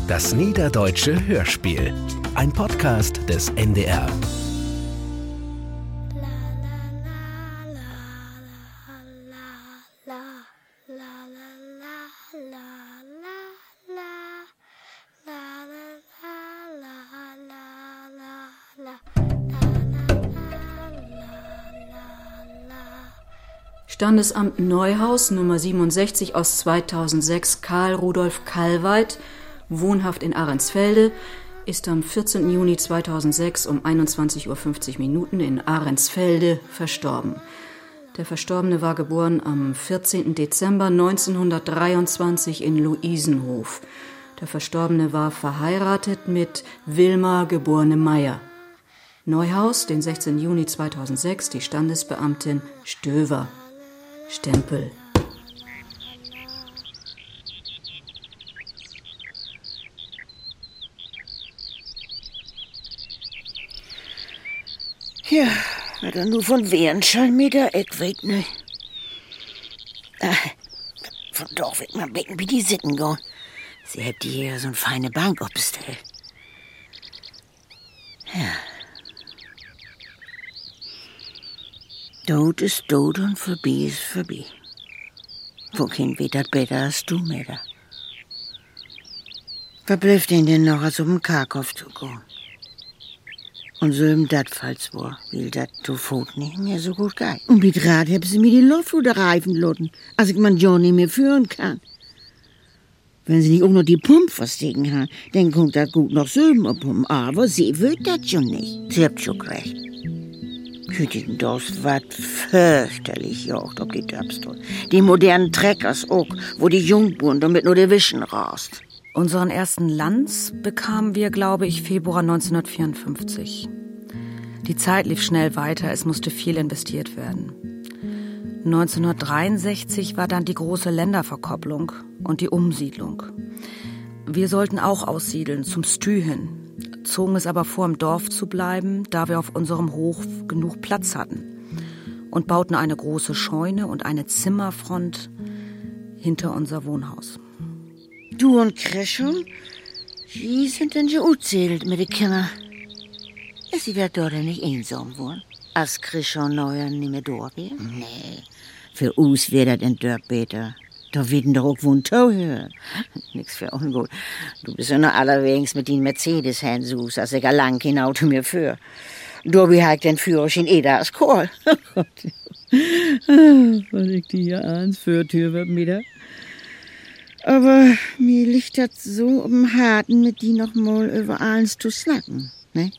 Das Niederdeutsche Hörspiel. Ein Podcast des NDR. Standesamt Neuhaus, Nummer 67 aus 2006, Karl Rudolf Kallweit, wohnhaft in Ahrensfelde, ist am 14. Juni 2006 um 21:50 Uhr in Ahrensfelde verstorben. Der Verstorbene war geboren am 14. Dezember 1923 in Luisenhof. Der Verstorbene war verheiratet mit Wilma geborene Meyer. Neuhaus, den 16. Juni 2006, die Standesbeamtin Stöver. Stempel. Ja, wat er nu von wären Schallmeter, ich weet nicht. Von doch wird man becken wie die Sitten gehen. Sie hat hier so eine feine Bank abgestellt. Ja. Dood ist dood und vorbei ist vorbei. Wo Kind wird das besser als du, Mäder? Was bleibt denn noch, als um den Karkhof zu gehen? Und so im dat falls war, will dat du Fot nicht mehr so gut geht. Und mit Rad haben sie mir die Luft oder Reifen lotten, als ich man John nicht mehr führen kann. Wenn sie nicht auch noch die Pumpe verstecken haben, dann kommt das gut noch Söben abpumpen. Aber sie wird das schon nicht. Sie habt schon recht. Hüten das wat fürchterlich jocht ob die Dörbstol. Die modernen Treckers auch, wo die Jungburen damit nur der Wischen rast. Unseren ersten Lanz bekamen wir, glaube ich, Februar 1954. Die Zeit lief schnell weiter, es musste viel investiert werden. 1963 war dann die große Länderverkopplung und die Umsiedlung. Wir sollten auch aussiedeln, zum Stü hin, zogen es aber vor, im Dorf zu bleiben, da wir auf unserem Hof genug Platz hatten, und bauten eine große Scheune und eine Zimmerfront hinter unser Wohnhaus. Du und Kreschel, wie sind denn schon erzählt mit den Kindern? Sie wird dort nicht einsam wohnen, als Kreschel neuer nicht mehr da wäre? Nee, für uns wäre das in Dörp besser. Da werden doch auch wohnen hören. Nix für ungut. Du bist ja noch allerwegs mit den Mercedes-Händen, als ich lang kein Auto mehr für. Da wie ich den Führerschein da als Kohl. Was ich die hier ans Fürtür wird wieder. Aber mir liegt das so im Harten, mit die noch mal über alles zu snacken, ne?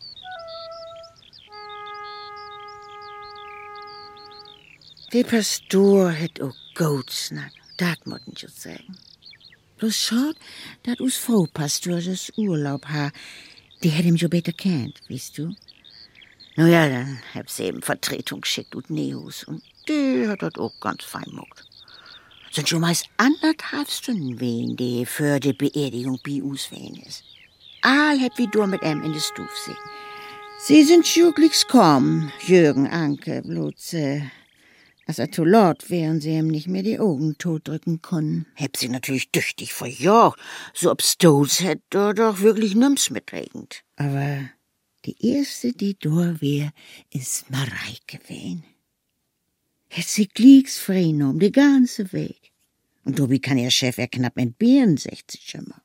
Der Pastor hat auch gut snacken, das muss ich schon sagen. Bloß schaut, dass us Frau Pastor das Urlaub hat, die hätte ihm schon besser kennt, weißt du? Na ja, dann hab sie eben Vertretung geschickt und Neus und die hat das auch ganz fein gemacht. Sind schon meist 1,5 Stunden wehen, die für die Beerdigung bei uns wehen ist. All hab wie du mit em in de Stuf sehen. Sie sind schurglichs kommen, Jürgen, Anke, bloß, als er zu laut wären, sie ihm nicht mehr die Augen totdrücken können. Hab sie natürlich tüchtig verjagt, so ob's Stoß hätt doch wirklich nimm's mitregend. Aber die erste, die da wär, ist Mareike wehen. Hätt sie glicks frei die ganze Weg. Und Tobi kann ihr Chef knapp entbehren, 60 Schimmer.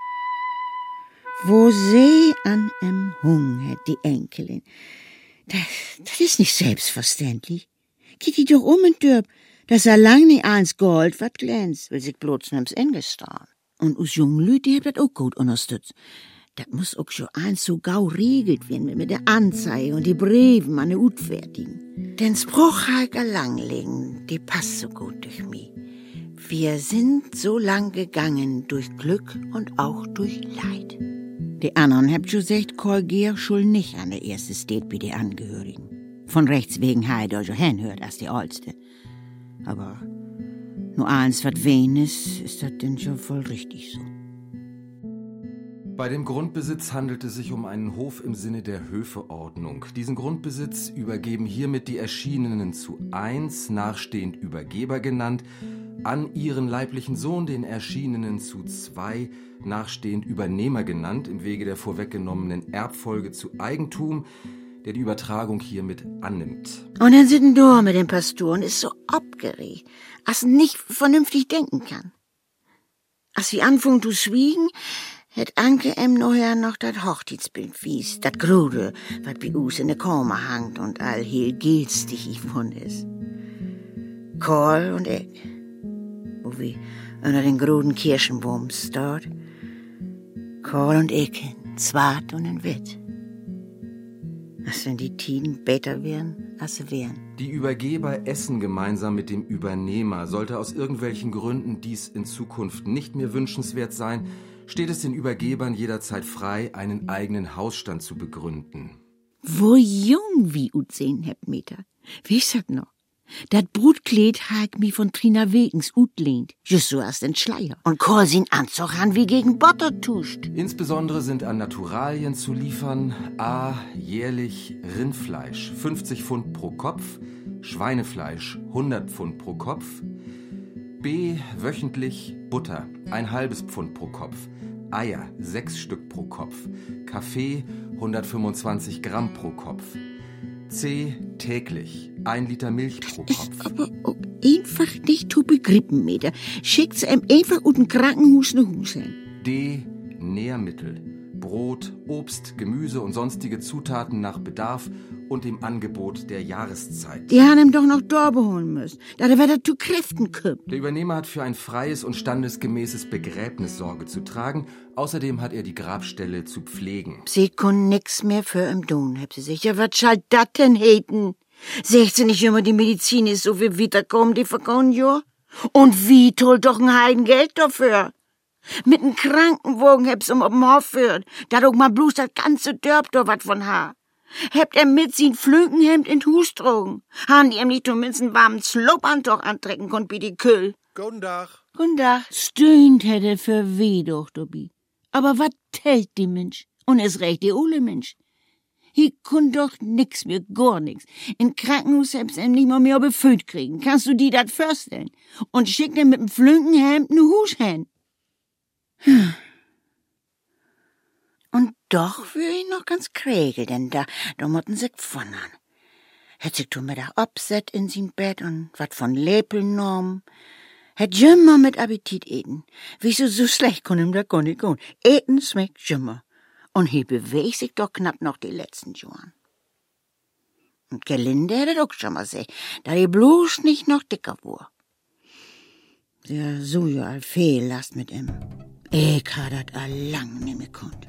Wo sie an em Hung hat, die Enkelin. Das ist nicht selbstverständlich. Geht die doch um in Dörp, dass er lang nicht eins Gold wat glänzt, will sich bloß nimm's Engestan. Und us jungen Lüt, die habt das auch gut unterstützt. Das muss auch schon eins so gau regelt werden mit der Anzeige und die Briefen an die Utfertigen. Den Spruch halt langlegen, die passt so gut durch mich. Wir sind so lang gegangen durch Glück und auch durch Leid. Die anderen habt schon gesagt, Kolgier schuld nicht an der erste steht bei den Angehörigen. Von rechts wegen heit euch hinhört als die Oldste. Aber nur eins, was wen ist das denn schon voll richtig so. Bei dem Grundbesitz handelt es sich um einen Hof im Sinne der Höfeordnung. Diesen Grundbesitz übergeben hiermit die Erschienenen zu 1, nachstehend Übergeber genannt, an ihren leiblichen Sohn, den Erschienenen zu 2 nachstehend Übernehmer genannt, im Wege der vorweggenommenen Erbfolge zu Eigentum, der die Übertragung hiermit annimmt. Und dann sitzt da mit dem Pastor und ist so abgeregt, als nicht vernünftig denken kann. Als sie anfangen zu schwiegen, hat Anke nachher noch das Hochzeitsbild wies, das Grode, was bei uns in der Kammer hangt und all heel gelstig von ist. Karl und ich, wo wir unter den großen Kirschenbaum steht. Karl und ich, in Zwart und in Witt. Als wenn die Tiden besser wären, als sie wären. Die Übergeber essen gemeinsam mit dem Übernehmer. Sollte aus irgendwelchen Gründen dies in Zukunft nicht mehr wünschenswert sein, steht es den Übergebern jederzeit frei, einen eigenen Hausstand zu begründen. Wo jung wie ut sehen hebt, Meter. Wisst ihr noch? Dat Brutkleid ha ich mi von Trina Wegens utlehnt. Just so als den Schleier. Und Karl sin Anzug an wie gegen Butter tuscht. Insbesondere sind an Naturalien zu liefern: a. jährlich Rindfleisch 50 Pfund pro Kopf, Schweinefleisch 100 Pfund pro Kopf, b. wöchentlich Butter 1/2 Pfund pro Kopf, Eier 6 Stück pro Kopf, Kaffee 125 Gramm pro Kopf, c. täglich 1 Liter Milch pro Kopf. Aber auch einfach nicht zu begrippen, Meter. Schickt's einfach ut ein Krankenhaus ne Hus hin. d. Nährmittel, Brot, Obst, Gemüse und sonstige Zutaten nach Bedarf und dem Angebot der Jahreszeit. Die haben ihm doch noch Dorbe holen müssen, da der wieder zu Kräften kommt. Der Übernehmer hat für ein freies und standesgemäßes Begräbnis Sorge zu tragen. Außerdem hat er die Grabstelle zu pflegen. Sie können nix mehr für im tun, heb sie sich. Ja, was schall dat denn heten? Seht sie nicht immer, die Medizin ist so viel wiederkommen, die vergangenen Jahr? Und wie toll doch ein Heidengeld dafür? Mit einem Krankenwagen heb's auf dem Hof führt, da doch mal bloß das ganze Dörp da wat von ha. Hebt mit sin Flünkenhemd in Hus drogen. Han die ihm nicht zumindest einen warmen Slopantoch antrecken konnt wie die Kühl. Guten Tag. Guten Tag. Stöhnt hätte für weh doch, Dobi. Aber wat tellt die Mensch? Und es recht die ole Mensch. Hier kun doch nix mehr, gar nix. In Krankenhaus heb's nicht mal mehr befüllt kriegen. Kannst du die dat vorstellen? Und schick dir mit dem Flünkenhemd ne Hus hin. Und doch wür ich noch ganz krägel, denn da motten sich wundern. Hätt sich du mit der Obset in sin Bett und wat von Lepeln genommen. Hätt jümmer mit Appetit eten. Wieso so schlecht kon ihm da gar nicht gehen. Eten schmeckt jümmer. Und he bewegt sich doch knapp noch die letzten Jahren. Und Gelinde hätte auch schon mal sehen, da die bloß nicht noch dicker war. Der so ja all Fehllast mit ihm. Ich ha dat allang nicht mehr konnt.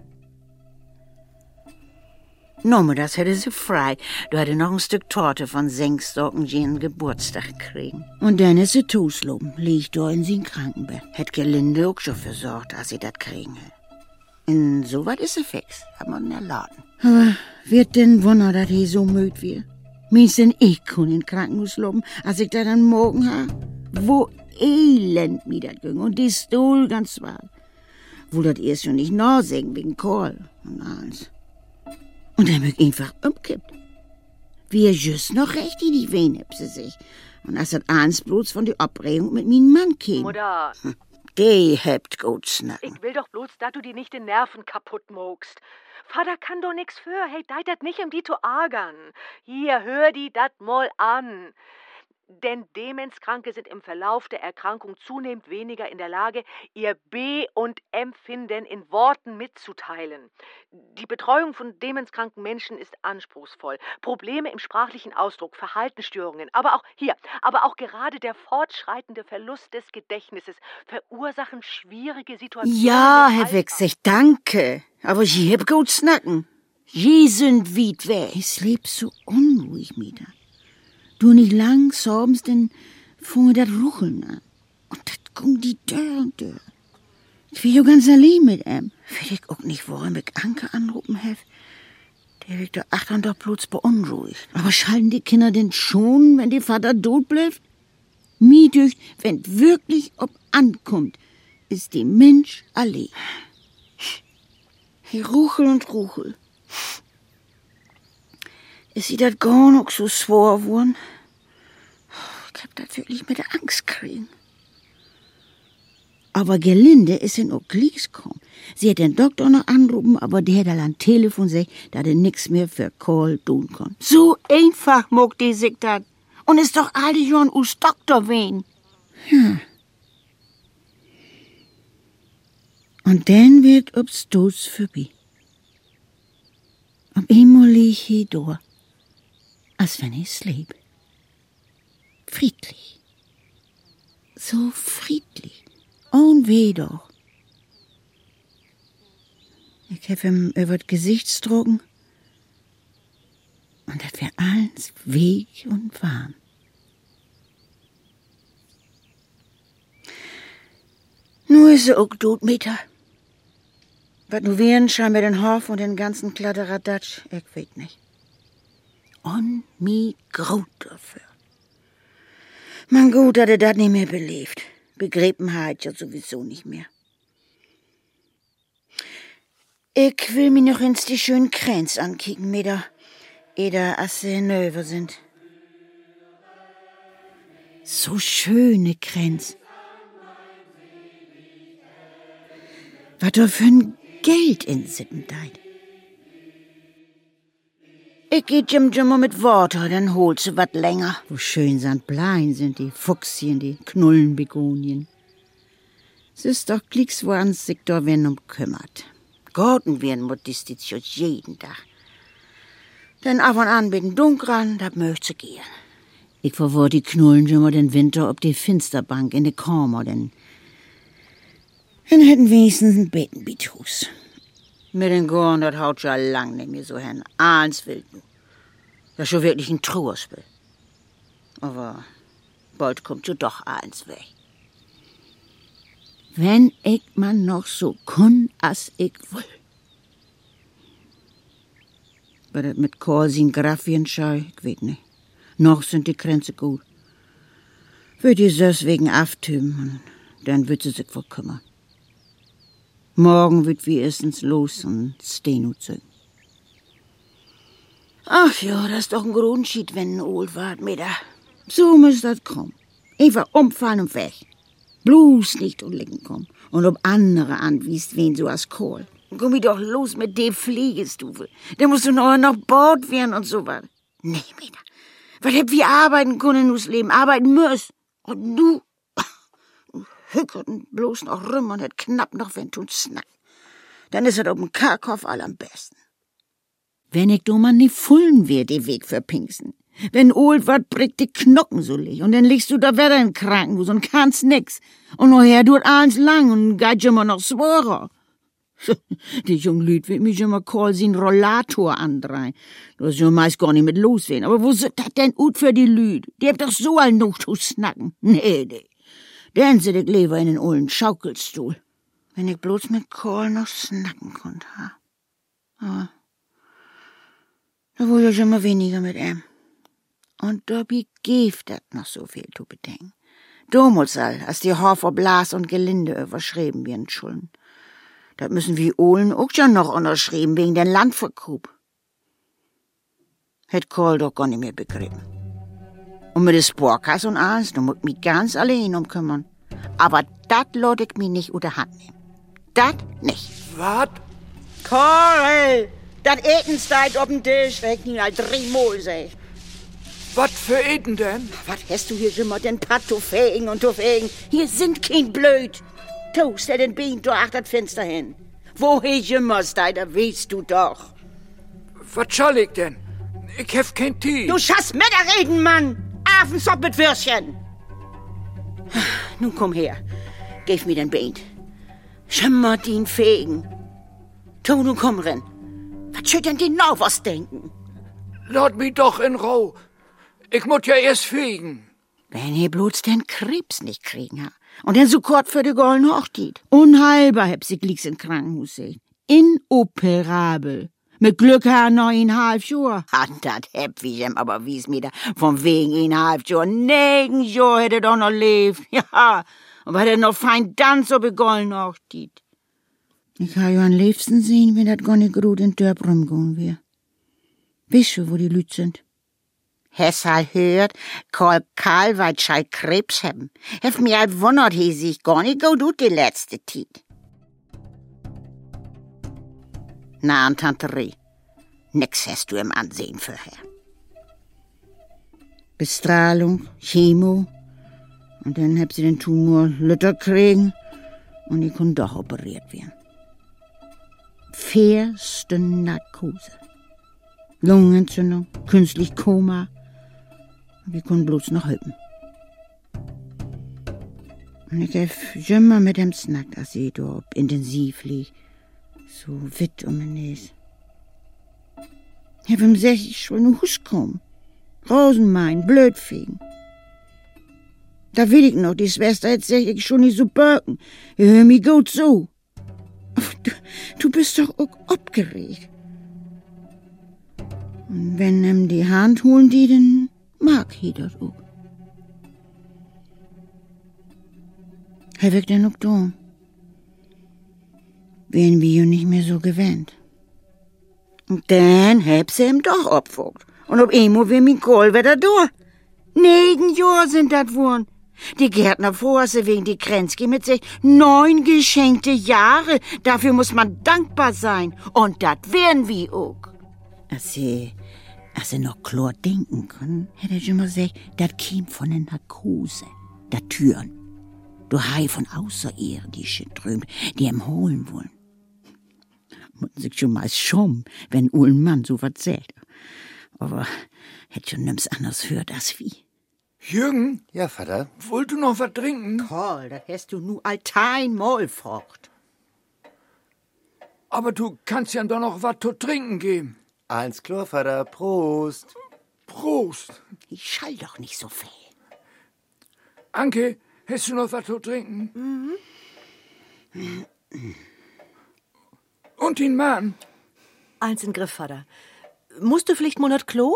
Nomme, das hätte sie frei. Du hätte noch ein Stück Torte von Senkstocken ihren Geburtstag kriegen. Und dann ist sie tosloben, liegt da in sin Krankenbett. Hätt Gelinde auch schon versorgt, als sie dat kriegen hätt. Insoweit ist sie fix, hat man erladen. Aber wird denn Wunder, dass he so müd wird? Mies denn ich kun in Krankenhaus loben, als ich da dann morgen ha? Wo elend mir dat ging und die Stuhl ganz war. Wohl dat erst schon nicht nachsägen wegen Kohl und alles. Und er mög einfach umkippt. Wie er just noch recht in die Wehen heb sie sich. Und als dat eins bloß von der Abregung mit meinem Mann käm. Mutter. Die hebt gut snacken. Ich will doch bloß, dass du die nicht den Nerven kaputt mogst. Vater kann doch nix für. Hey, deit dat nicht, um die zu ärgern. Hier, hör die dat mal an. Denn Demenzkranke sind im Verlauf der Erkrankung zunehmend weniger in der Lage, ihr B- und Empfinden in Worten mitzuteilen. Die Betreuung von demenzkranken Menschen ist anspruchsvoll. Probleme im sprachlichen Ausdruck, Verhaltensstörungen, aber auch gerade der fortschreitende Verlust des Gedächtnisses verursachen schwierige Situationen. Ja, Herr Wechsig, danke. Aber Sie heb gut snacken. Sie sind weit weg. Ich leb so unruhig, Mieter. Du nicht lang sobens, denn fange dat Rucheln an. Und dat ging die Dörr und Dörr. Ich will jo ganz allein mit ihm. Will ich auch nicht, woran ich Anke anrufen hef. Der wird der Achtern doch bloß beunruhigt. Aber schalten die Kinder denn schon, wenn der Vater tot bleibt? Mir dücht, wenn wirklich ob ankommt, ist der Mensch allein. Ich ruchel und ruchel. Ist sie dat gar noch so schwer geworden? Ich hab dat wirklich mit der Angst kriegen. Aber Gelinde ist in auch gleich gekommen. Sie hat den Doktor noch angerufen, aber der hat am Telefon gesagt, dass er nix mehr für Kohl tun kann. So einfach mag die sich das. Und ist doch alle Jahren us Doktor wen. Ja. Und dann wird ob's Doos vorbei. Auf einmal lieg ich da, als wenn ich lebe. Friedlich. So friedlich. Und weh doch. Ich hab ihm über das Gesicht strogen. Und das wär alles weich und warm. Nur ist er auch tot, Mieter. Was nu wären, schein mir den Hof und den ganzen Kladderadatsch, ich weet nicht. Und mi graut dafür. Man gut, dass er das nicht mehr belebt. Begräbenheit ja sowieso nicht mehr. Ich will mir noch ins die schönen Kräns ankicken, Mieter. Eder als sie növer sind. So schöne Kräns. Was da für ein Geld in Sitten deit. Ich geh Jim mit Water, dann holt sie wat länger. Wo schön sind Bleien sind die Fuchsien, die Knullenbegonien. Es ist doch glicks, wo ans sich da wen kümmert. Garten werden modistitius jeden Tag. Denn ab und an mit den Dunkran, dat möcht sie gehen. Ich verwor die Knullen immer den Winter ob die Finsterbank in de Kammer, denn dann hätten wenigstens ein Betenbithus. Mit den Gorn, das haut ja lang nicht mehr so hin. Eins will du. Das ist schon wirklich ein Trauerspiel. Aber bald kommt ja doch eins weg. Wenn ich man noch so kun, as ich will. Aber das mit Korsin Graffienschei, ich weet nicht. Noch sind die Grenze gut. Wird die Sös wegen aftüben, und dann wird sie sich verkümmern. Morgen wird wir erstens los und Steno zügen. Ach ja, das ist doch ein Grundschied, wenn ein Old wart, Mieter. So muss das kommen. Einfach umfallen und weg. Bloß nicht unliegen kommen. Und ob andere anwiest, wen so als Kohl. Komm ich doch los mit dem Pflegestufe. Da musst du noch Bord werden und so was. Nee, Mieter. Was hätt wir arbeiten können nus Leben, arbeiten müssen. Und du hückerten bloß noch rum und hätt knapp noch wenn tun snack. Dann ist es auf dem Karkow am besten. Wenn ich do mal nie fullen wär, die Weg für Pinksen. Wenn old wat bricht die Knochen so lich und dann liegst du da wieder im Krankenhaus und kannst nix. Und nachher tut alles lang und geht immer noch schwerer. Die jungen Lüd wird mich immer call sin Rollator andrehen. Du hast ja meist gar nicht mit loswehen. Aber wo sit dat denn ut für die Lüd? Die habt doch so all noch zu snacken. Nee. Dann sit ich lieber in den ollen Schaukelstuhl. Wenn ich bloß mit Kohl noch snacken konnte, ha. Aber da wurde ich immer weniger mit ihm. Und dabei gibt das noch so viel zu bedenken. Damals als die Hofer Blas und Gelinde überschrieben werden Schulden. Das müssen wir Ohlen auch schon noch unterschrieben wegen den Landverkauf. Hätt Kohl doch gar nicht mehr begriffen. Und mit der Sporkas und alles, da muss ich mich ganz allein kümmern. Aber dat lass ich mich nicht unter Hand nehmen. Dat nicht. Was? Kohl! Dat Eten steigt auf dem Tisch, rechn ihn halt 3 Mal, sag ich. Was für Eten denn? Was hast du hier schon mal den Patt zu fegen und zu fegen? Hier sind kein Blöd. Toast er den Bein durch das Fenster hin. Woher immer steigt, da weißt du doch. Was soll ich denn? Ich hef kein Tee. Du schaffst mit reden, Mann! Affensopp mit Würstchen! Nun komm her, gib mir den Bein. Schimmer den fegen. Tu, nun komm rein. Was schütt denn die noch was denken? Lass mich doch in Ruhe. Ich muss ja erst fegen. Wenn ihr bloß den Krebs nicht kriegen ha. Und dann so kurz für die goldene Hochzeit. Unheilbar heb sie glicks in Krankenhaus sehen. Inoperabel. Mit Glück ha 9,5 Jahre. Dat heb ich ihm aber wies mir da. Von wegen 1,5 Jahre. 9 Jahre hätte doch noch lebt. Ja. Und weil er noch fein dann so begollen Hochzeit. Ich ha ja am liebsten sehen, wenn dat gar nicht gut in Dörp rumgehen wär. Weißt du, wo die Lüt sind? Hessal hört, Karl schei Krebs haben. Hef mir halt wundert, he sich gar nicht gut ut die letzte Zeit. Na, und Tante Rie, nix hast du im Ansehen vorher. Bestrahlung, Chemo, und dann hab sie den Tumor Lütter kriegen und die konnte doch operiert werden. Fährste Narkose. Lungenentzündung, künstlich Koma. Wir konnten bloß noch helfen. Und ich hab immer mit dem Snack, als ich da ob intensiv lieg. So witt Nes. Ich hab ihm gesagt, ich soll nur Hus kommen. Rosenmein, Blödfegen. Da will ich noch, die Schwester hat gesagt, ich schon nicht so böken. Ich hör mich gut so. Aber du bist doch auch abgeregt. Und wenn ihm die Hand holen die, dann mag ich das auch. Er wirkt denn auch da. Wären wir ja nicht mehr so gewöhnt. Und dann hab sie ihm doch abgefuckt. Und ob einmal wie mein Kohl wieder da. 9 Jahre sind das wohl. Die Gärtner vor sie wegen die Kränzki mit sich 9 geschenkte Jahre. Dafür muss man dankbar sein. Und das wären wir auch. Als sie noch klar denken können, hätte ich immer gesagt, das käme von der Narkose. Der Türen. Du Hai von Außerirdischen drüben, die ihm holen wollen. Muss sich schon mal schummen, wenn ein Mann so was sagt. Aber hätt schon nichts anderes hört als wie. Jürgen? Ja, Vater? Wollt du noch was trinken? Karl, das hast du nu altein Mal gefragt. Aber du kannst ja doch noch was zu trinken geben. Eins klar, Vater. Prost. Prost. Ich schall doch nicht so viel. Anke, hast du noch was zu trinken? Mhm. Und den Mann? Eins in Griff, Vater. Musst du vielleicht mal das Klo?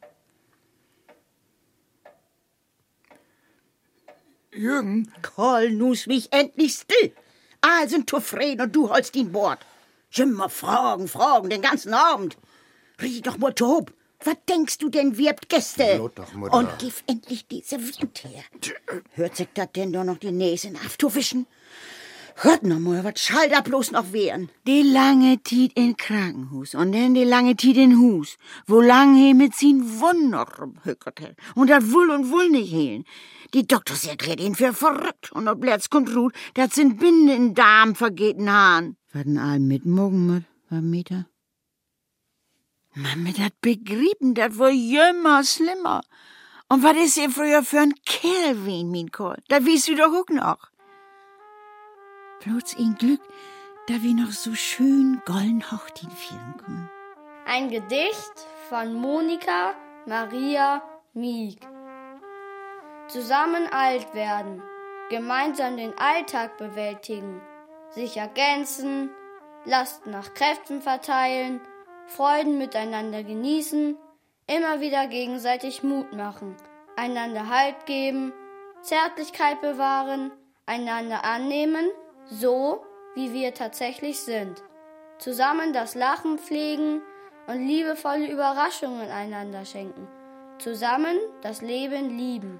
Jürgen? Karl, nus mich endlich still. All sind zufrieden und du holst ihn Bord. Immer fragen, den ganzen Abend. Riech doch mal tob. Was denkst du denn, wirbt Gäste? Lot doch, Mutter. Und gib endlich diese Wind her. Hört sich das denn doch noch die Näse aufzuwischen? Hört noch mal, was schall da bloß noch wehren? Die lange Tiet in Krankenhus und dann die lange Tiet in Hus, wo lang he mit sin Wunder rumhückert hat. Und dat will nicht hehlen. Die Doktors erklärt ihn für verrückt und ob Blätz kommt ruht, dat sind Binden in Darm vergehten Haaren. Warten all mit morgen mit, war Mieter? Man mit dat begrieben, dat war jümmer schlimmer. Und was ist ihr früher für ein Kerl wen, mein Kohl? Da weißt du doch auch noch. Bloß ein Glück, da wir noch so schön golden Hochtin feiern können. Ein Gedicht von Monika Maria Mieg. Zusammen alt werden, gemeinsam den Alltag bewältigen, sich ergänzen, Lasten nach Kräften verteilen, Freuden miteinander genießen, immer wieder gegenseitig Mut machen, einander Halt geben, Zärtlichkeit bewahren, einander annehmen, so wie wir tatsächlich sind, zusammen das Lachen pflegen und liebevolle Überraschungen einander schenken, zusammen das Leben lieben.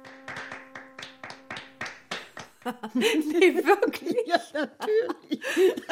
Nee, wirklich? Ja, natürlich.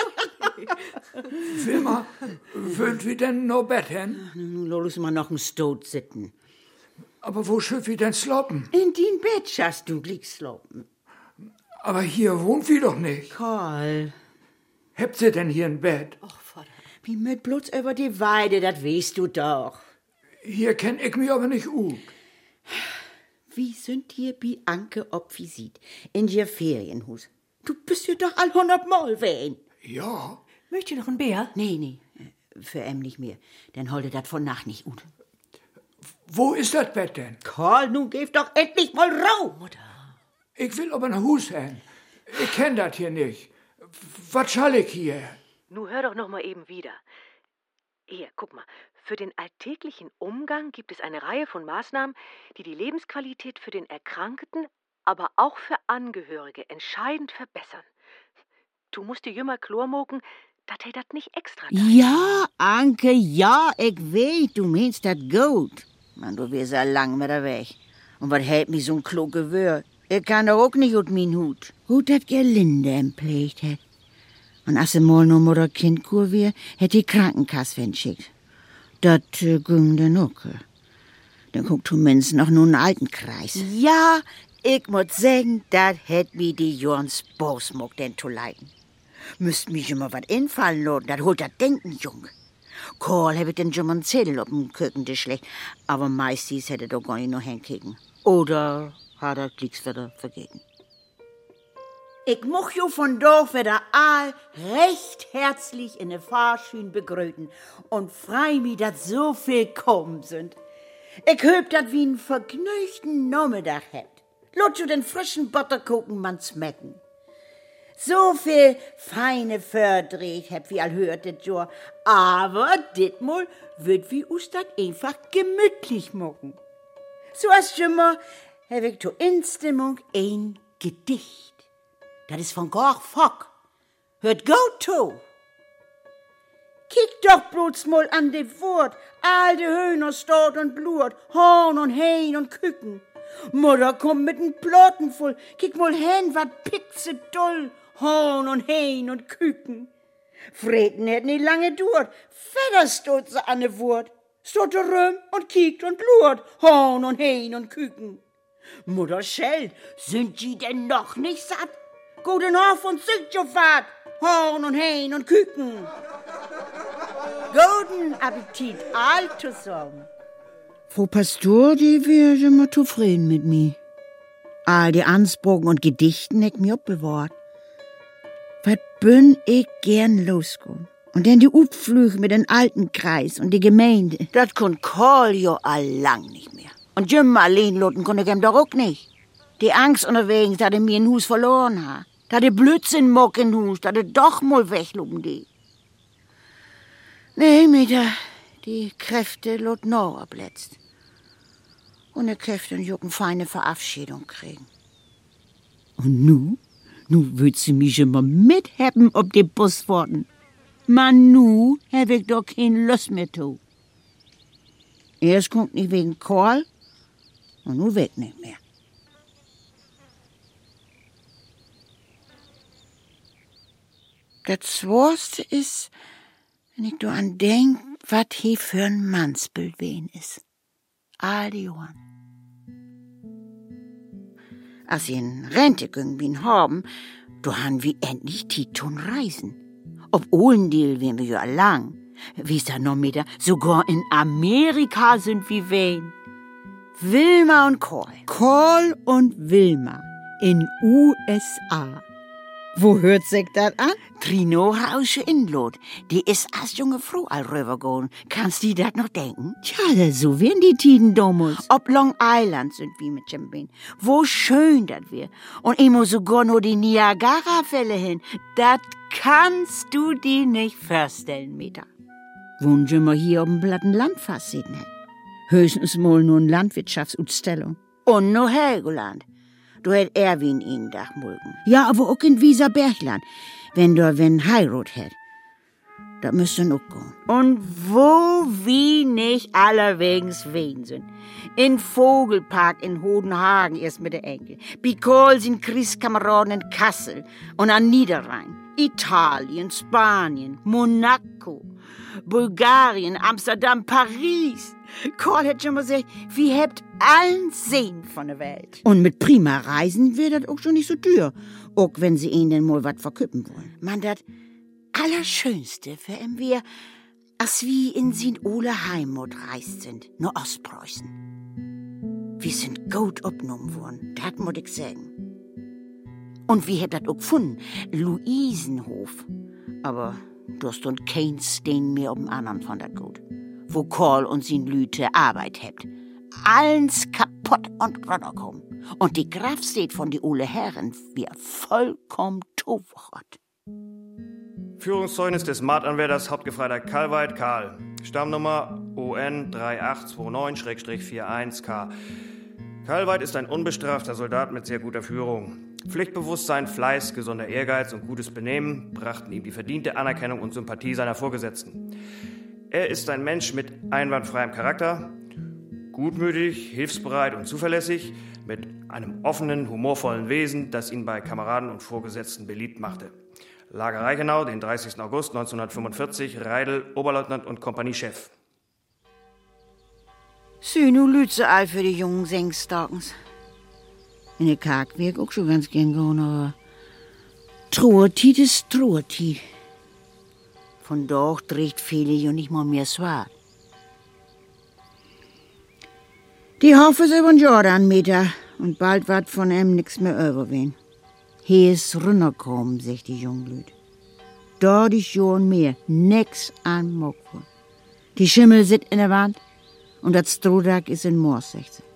Wilma, wollt wir denn noch Bett hin? Nun los mal noch ein Stot sitten. Aber wo schütt wir denn sloppen? In din Bett schaust du glick sloppen. Aber hier wohnt wir doch nicht. Karl. Habt ihr denn hier ein Bett? Ach, Vater. Wie mit Blut über die Weide, das weißt du doch. Hier kenn ich mich aber nicht gut. Wie sind hier bi Anke ob Visit in ihr Ferienhus? Du bist ja doch all 100 Mal wen. Ja. Möchtest du noch ein Bär? Nee, für nicht mehr. Dann holte dat von Nacht nicht gut. Wo ist das Bett denn? Karl, nun gib doch endlich mal Rau. Mutter. Ich will aber nach Hus hin. Ich kenn das hier nicht. Was schall ich hier? Nu hör doch noch mal eben wieder. Hier, guck mal. Für den alltäglichen Umgang gibt es eine Reihe von Maßnahmen, die die Lebensqualität für den Erkrankten, aber auch für Angehörige entscheidend verbessern. Du musst dir jümmer klar moken, dass er das nicht extra kann. Ja, Anke, ja, ich weiß, du meinst dat gut. Man, du wärst ja lang mit der Weg. Und was hält mich so'n kluge Wör? Ich kann doch auch nicht ut min Hut. Gut, dat Gerlinde empflegt hätt. Und als sie mal noch Mutter Kindkur wär, hätt die Krankenkasse geschickt. Dat ging dann auch. Dann guckt zumindest noch nur einen alten Kreis. Ja, ich muss sagen, dat hätt mi die Jorns Bosmuck denn zu leiden. Müsst mich immer wat infallen lassen, dat holt dat Denken, Jung. Karl hab ich den schon mal einen Zettel auf dem Küchentisch schlecht, aber meistens hätte doch gar nicht noch hinkriegen. Oder hat er Klicks wieder vergeben. Ich moch jo von dort wieder all recht herzlich in de Fahrschün begrüßen und frei mi, dat so viel kommen sind. Ich hab dat wie n vergnügten Nachmittag hätt. Lot jo den frischen Butterkuchen man schmecken. So viel feine Fördreht hab wie all hört dit jo, aber dit mal wird wie us dat einfach gemütlich mocken. So als immer hab ich zur Instimmung ein Gedicht. Das ist von Gorch Fock. Hört gut zu. Kick doch bloß mal an de Wort. All de Höhner stort und blurt, Horn und Hähn und Küken. Mutter kommt mit n Plotten voll. Kick mal hin, wat pitze doll, Horn und Hähn und Küken. Freden hätt nicht lange durt. Vetter stot sie an de Wort. Stot rum und kiekt und lurt, Horn und Hähn und Küken. Mutter schellt, sind die denn noch nicht satt? Guten Hof und Südjofahrt, Horn und Hähn und Küken. Guten Appetit, all zusammen. Frau Pastor, die wär immer zufrieden mit mir. All die Ansprochen und Gedichten hätt mir abbewahrt. Was bin ich gern losgegangen. Und dann die Utflüge mit den alten Kreis und die Gemeinde. Das kon Karl jo allang nicht mehr. Und Jim allein loten konnte ich ihm doch auch nicht. Die Angst unterwegs, dass er mir ein Hus verloren hat. Dass er Blödsinn mock in Hus, dass er doch mal weglupen die. Nee, Mieter, die Kräfte lot noch abletzt. Und er Kräfte und Jucken feine Verabschiedung kriegen. Und nu würd sie mich immer mithaben ob die Busfahrten. Man, nu hab ich doch kein Lust mehr zu. Erst kommt nicht wegen Karl und nu weg nicht mehr. Das Zwarste ist, wenn ich da an denk, wat he für ein Mannsbild wen is. All die Jahren. Als sie in Rente ging haben, da han wir endlich Titon reisen. Ob Ohlendil wären wir ja lang. Wie ist da noch mit sogar in Amerika sind wir wen. Wilma und Karl. Karl und Wilma in USA. Wo hört sich das an? Trino Hausche Inlot. Die ist als junge Frau all rübergegangen. Kannst du das noch denken? Tja, so wären die Tiden damals. Ob Long Island sind wir mit Jambin. Wo schön das wär. Und immer sogar nur die Niagara-Fälle hin. Das kannst du dir nicht vorstellen, Mieter. Wohnen wir hier auf dem platten Land fastsehen. Höchstens mal nur eine Landwirtschaftsausstellung. Und noch Helgoland. Du hätt Erwin ihn Dachmulken. Ja, aber auch in Wieserbergland, wenn Heirat hätt. Da müsste noch gehen. Und wo wie nicht allerwegs wen sind. In Vogelpark in Hodenhagen erst mit der Enkel. Bicol sind Kriegskameraden in Kassel und an Niederrhein. Italien, Spanien, Monaco, Bulgarien, Amsterdam, Paris. Karl hat schon mal gesagt, wir habt allen Seen von der Welt. Und mit prima Reisen wird das auch schon nicht so teuer. Auch wenn sie ihnen denn mal was verküppen wollen. Man, das Allerschönste für ihn wir, als wir in sin Ole Heimat reist sind, nur Ostpreußen. Wir sind gut abgenommen worden, das muss ich sagen. Und wir hätt das auch gefunden, Luisenhof. Aber da stund kein Stein mehr auf dem anderen von dat Gut. Wo Karl und sin Lüte Arbeit hebt. Allens kaputt und runterkommen. Und die Grafstedt von die Ole Herren wär vollkommen toverrott. Führungszeugnis des Mardanwärters Hauptgefreiter Kalweit Karl. Stammnummer ON 3829-41K. Kalweit ist ein unbestrafter Soldat mit sehr guter Führung. Pflichtbewusstsein, Fleiß, gesunder Ehrgeiz und gutes Benehmen brachten ihm die verdiente Anerkennung und Sympathie seiner Vorgesetzten. Er ist ein Mensch mit einwandfreiem Charakter, gutmütig, hilfsbereit und zuverlässig, mit einem offenen, humorvollen Wesen, das ihn bei Kameraden und Vorgesetzten beliebt machte. Lager Reichenau, den 30. August 1945, Reidel, Oberleutnant und Kompaniechef. Sü, nu lüt so all für die jungen Sengstakens. In der Karg wär ich auch schon ganz gern gehen, aber Troertied ist Troertied. Von dort trägt viele ja nicht mal mehr Swart. Die Haufe ist über den Jordanmeter und bald wird von ihm nix mehr überwehen. Hier ist runterkommen, sagt die Junglüt. Dort ist schon mehr, nix an Mockwood. Die Schimmel sit in der Wand und das Strohdack ist in Moors, sagt sie.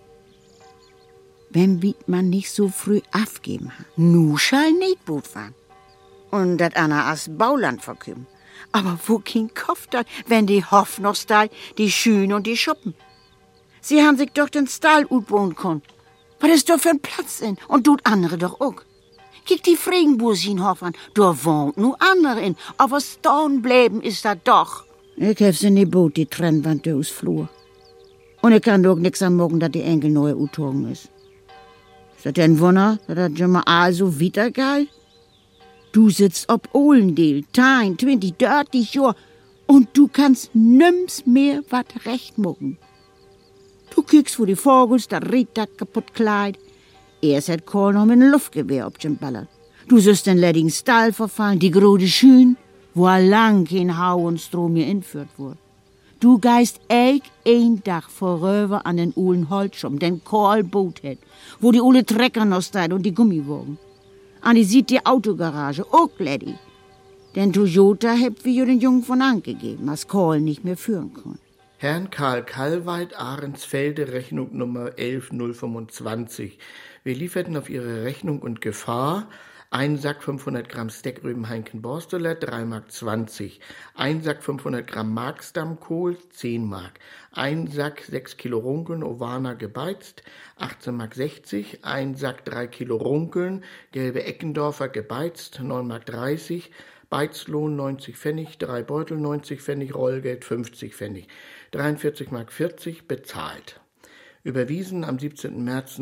Wenn biet man nicht so früh aufgeben hat. Nu schall nicht Boot fahren. Und dat Anna as Bauland verkümmen. Aber wo kein Kopf dat, wenn die Hoff noch stall, die Schühn und die Schuppen. Sie haben sich doch den Stall utbauen können. Was ist doch für ein Platz in? Und tut andere doch auch. Kick die Fregenbursinhof an, da wohnt nu andere in. Aber stehen bleiben ist da doch. Ich hab's in die Boot, die Trennwand aus Flur. Und ich kann doch nix am Morgen, dass die Enkel neu uthogen ist. Ist das denn Wunder, dass das schon mal all so weitergeht? Du sitzt ob Ohlendeel, 10, 20, 30 Jahre und du kannst nimm's mehr wat recht mucken. Du kickst vor die Vogels, das Rieddack kaputt kleid. Erst hat Kohl noch mit dem Luftgewehr ob den Ballern. Du sollst den ledigen Stall verfallen, die grode Schühn, wo lang kein Hau und Strom mir entführt wurde. Du geist ein Dach vorüber an den Uhlen Holzschum, den Kohl Boot hat, wo die Uhle Trecker noch steht und die Gummiwagen. An die sieht die Autogarage, auch ledig. Denn Toyota hebt wie den Jungen von Hand gegeben, als Kohl nicht mehr führen kann. Herrn Karl Kallweit, Ahrensfelde, Rechnung Nummer 11025. Wir lieferten auf Ihre Rechnung und Gefahr ein Sack 500 Gramm Steckrüben Heinken-Borsteler, 3,20 Mark. Ein Sack 500 Gramm Markstammkohl, 10 Mark. Ein Sack 6 Kilo Runkeln, Ovana gebeizt, 18,60 Mark. Ein Sack 3 Kilo Runkeln, gelbe Eckendorfer gebeizt, 9,30 Mark. Beizlohn 90 Pfennig, 3 Beutel 90 Pfennig, Rollgeld 50 Pfennig. 43,40 Mark bezahlt. Überwiesen am 17. März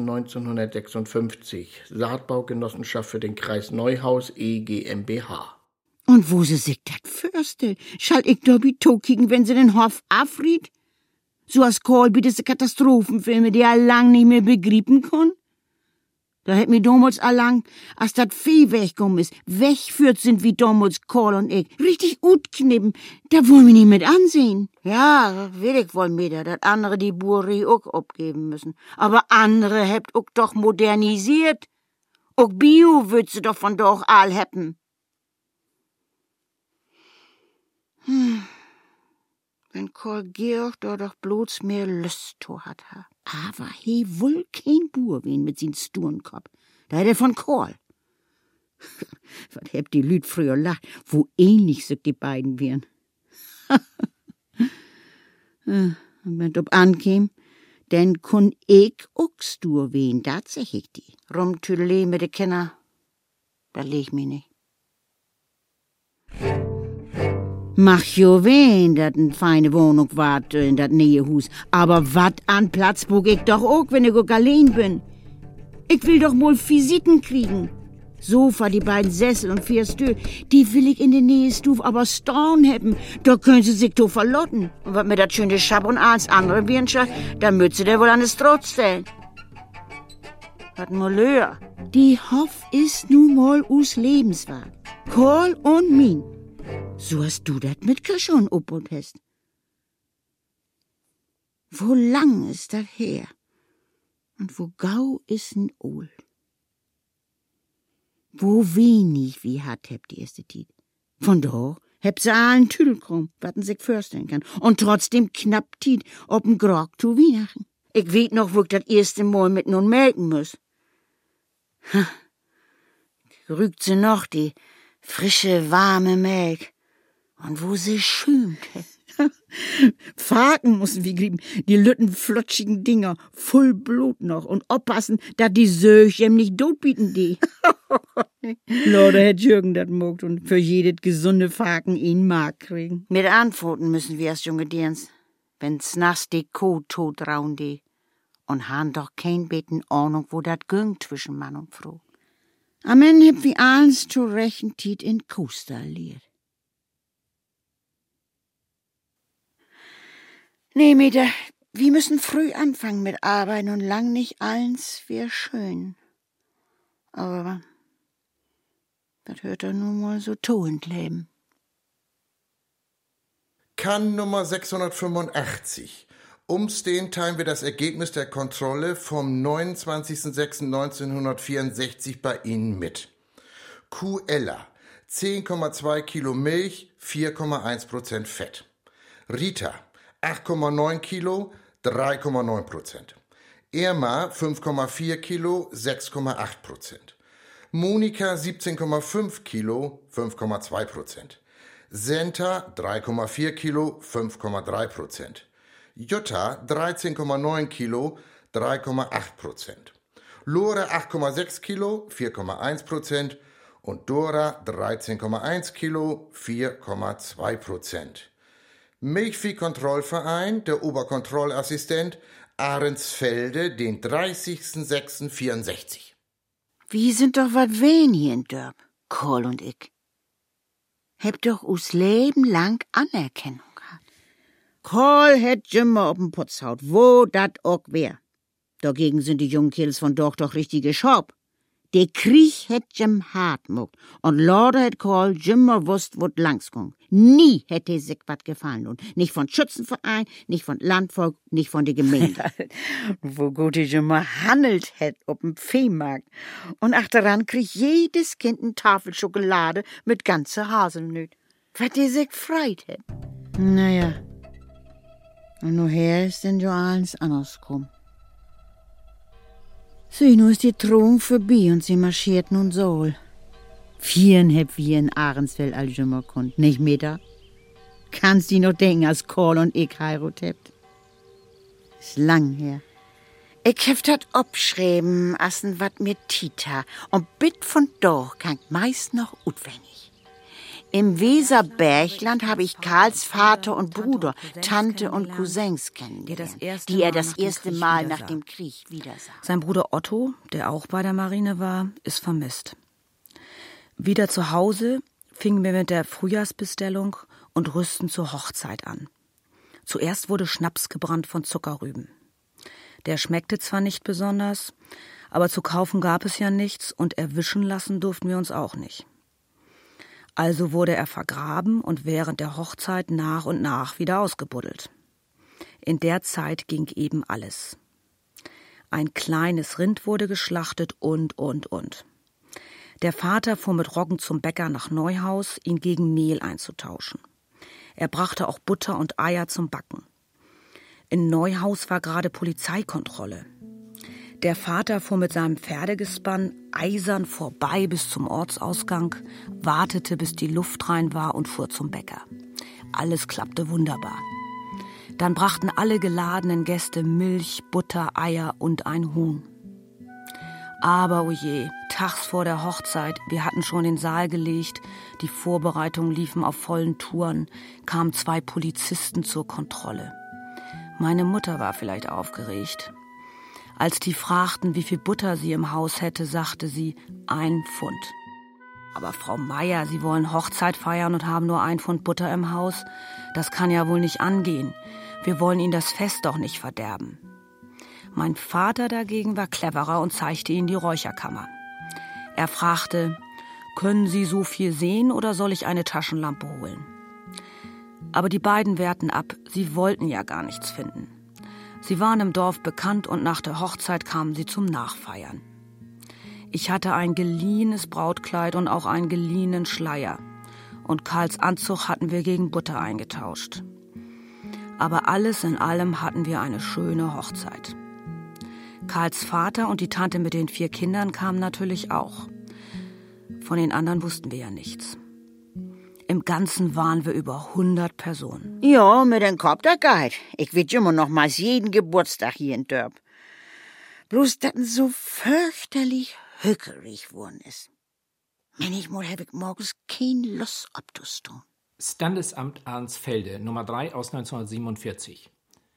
1956. Saatbaugenossenschaft für den Kreis Neuhaus GmbH. Und wo sie sich dat fürste, schall ich doch bi tokigen, wenn sie den Hof afried? So as Kohl bi diese Katastrophenfilme, die er lang nicht mehr begrieben kann? Da hätt mir damals allang, als dat Vieh weggekommen ist, wegführt sind wie damals Kohl und ich. Richtig gut knippen, da wollen wir nicht mit ansehen. Ja, das will ich wohl mit, dat andere die Buri auch abgeben müssen. Aber andere hebt auch doch modernisiert. Auch Bio würd sie doch von doch all heppen. Wenn Kohl Georg doch bloß mehr Lust to hat. Aber he wohl kein Burwin mit sin Sturenkopf. Da hätt er von Kohl. Was hebt die Lüd früher lacht, wo ähnlich so die beiden wären. Und wenn ob ankäm, denn kun ich auch Sturwen, dat sag ich die. Rumtüdele mit de Kinder, da leg ich mich nicht. Mach jo wen, dat n feine Wohnung wart in dat Nähehus. Aber wat an Platz brug ich doch auch, wenn ich auch allein bin. Ich will doch wohl Visiten kriegen. Sofa, die beiden Sessel und 4 Stühle, die will ich in der Nähestuf aber staunen haben. Da können sie sich doch verlotten. Und wat mit dat schöne Schab und alles andere Birnschaft, da mütze der wohl an das Trot stellen. Wat Malheur. Die Hoff ist nun mal us Lebenswart. Kohl und min. So hast du dat mit schon obut hast. Wo lang ist dat her? Und wo gau ist n Ohl? Wo wenig wie hat hebt die erste Tiet? Von doch hebt sie allen Tüdel krumm, watten sich vorstellen kann. Und trotzdem knapp Tiet, ob'n Grog zu Weihnachten. Ich weet noch, wo ich dat erste Mal mit nun melken muss. Rügt sie noch, die frische, warme Melk. Und wo sie schümt. Faken mussen wir grieben, die lütten flutschigen Dinger, voll Blut noch und oppassen, dat die Söchem nicht dotbieten die. Lorde hätt Jürgen dat mogt und für jedes gesunde Faken ihn mag kriegen. Mit Antworten müssen wir erst, junge Dirns, wenn's nachts die Kuh tot raun die. und han doch kein beten Ordnung, wo dat ging zwischen Mann und Frau. Amen heb wie eins zu rechten Tiet in Kuster liert. Nee, Mieter, wir müssen früh anfangen mit Arbeiten und lang nicht eins wär schön. Aber das hört doch nun mal so toend leben. Kann Nummer 685. Umstehen teilen wir das Ergebnis der Kontrolle vom 29.06.1964 bei Ihnen mit. Kuh Ella, 10,2 Kilo Milch, 4,1% Fett. Rita, 8,9 Kilo, 3,9%. Irma, 5,4 Kilo, 6,8%. Monika, 17,5 Kilo, 5,2%. Senta, 3,4 Kilo, 5,3%. Jutta, 13,9 Kilo, 3,8%. Lore, 8,6 Kilo, 4,1%. Und Dora, 13,1 Kilo, 4,2%. Milchviehkontrollverein, der Oberkontrollassistent, Ahrensfelde, den 30.06.64. Wir sind doch wat wen hier in Dörp, Kohl und ich. Heb doch us Leben lang Anerkennung gehabt. Kohl het jimmer op'n Putzhaut, wo dat ook wär. Dagegen sind die jungen Kills von doch richtige Schorb. Der Krieg het jem hart mogt. Und Lorde het Kohl jimmer wusst, wot langs ging. Nie hätte sich wat gefallen und nicht von Schützenverein, nicht von Landvolk, nicht von der Gemeinde. Wo gut ich immer handelt hätt op'm Viehmarkt. Und achteran krieg jedes Kind eine Tafel Schokolade mit ganze Haselnüt. Wat die sich freit hätt. Naja. Und noher ist denn jo alles anders gekommen. So, nun ist die Drohung vorbei und sie marschiert nun Sohl. Vieren heb wir in Ahrensfeld all jümmer konnt, nicht Meta? Kannst die noch denken, als Kohl und ich heirat hebt? Ist lang her. Ich hef dat obschreiben, assen wat mir Tita, und bit von doch kann meist noch utwendig. Im Weserbergland habe ich Karls Vater und Bruder, Tante und Cousins kennengelernt, die er das erste Mal nach dem Krieg wiedersah. Sein Bruder Otto, der auch bei der Marine war, ist vermisst. Wieder zu Hause fingen wir mit der Frühjahrsbestellung und rüsten zur Hochzeit an. Zuerst wurde Schnaps gebrannt von Zuckerrüben. Der schmeckte zwar nicht besonders, aber zu kaufen gab es ja nichts und erwischen lassen durften wir uns auch nicht. Also wurde er vergraben und während der Hochzeit nach und nach wieder ausgebuddelt. In der Zeit ging eben alles. Ein kleines Rind wurde geschlachtet und. Der Vater fuhr mit Roggen zum Bäcker nach Neuhaus, ihn gegen Mehl einzutauschen. Er brachte auch Butter und Eier zum Backen. In Neuhaus war gerade Polizeikontrolle. Der Vater fuhr mit seinem Pferdegespann eisern vorbei bis zum Ortsausgang, wartete, bis die Luft rein war und fuhr zum Bäcker. Alles klappte wunderbar. Dann brachten alle geladenen Gäste Milch, Butter, Eier und ein Huhn. Aber oje, tags vor der Hochzeit, wir hatten schon den Saal gelegt, die Vorbereitungen liefen auf vollen Touren, kamen 2 Polizisten zur Kontrolle. Meine Mutter war vielleicht aufgeregt. Als die fragten, wie viel Butter sie im Haus hätte, sagte sie 1 Pfund. Aber Frau Meier, Sie wollen Hochzeit feiern und haben nur 1 Pfund Butter im Haus? Das kann ja wohl nicht angehen. Wir wollen Ihnen das Fest doch nicht verderben. Mein Vater dagegen war cleverer und zeigte ihnen die Räucherkammer. Er fragte, können Sie so viel sehen oder soll ich eine Taschenlampe holen? Aber die beiden wehrten ab, sie wollten ja gar nichts finden. Sie waren im Dorf bekannt und nach der Hochzeit kamen sie zum Nachfeiern. Ich hatte ein geliehenes Brautkleid und auch einen geliehenen Schleier. Und Karls Anzug hatten wir gegen Butter eingetauscht. Aber alles in allem hatten wir eine schöne Hochzeit. Karls Vater und die Tante mit den 4 Kindern kamen natürlich auch. Von den anderen wussten wir ja nichts. Im Ganzen waren wir über 100 Personen. Ja, mit dem Korb der Guide. Ich weet immer noch mal jeden Geburtstag hier in Dörp. Bloß, dass so fürchterlich hückerig worden ist. Manchmal hab ich morgens kein Lust abzustehen. Standesamt Ahrensfelde, Nummer 3 aus 1947.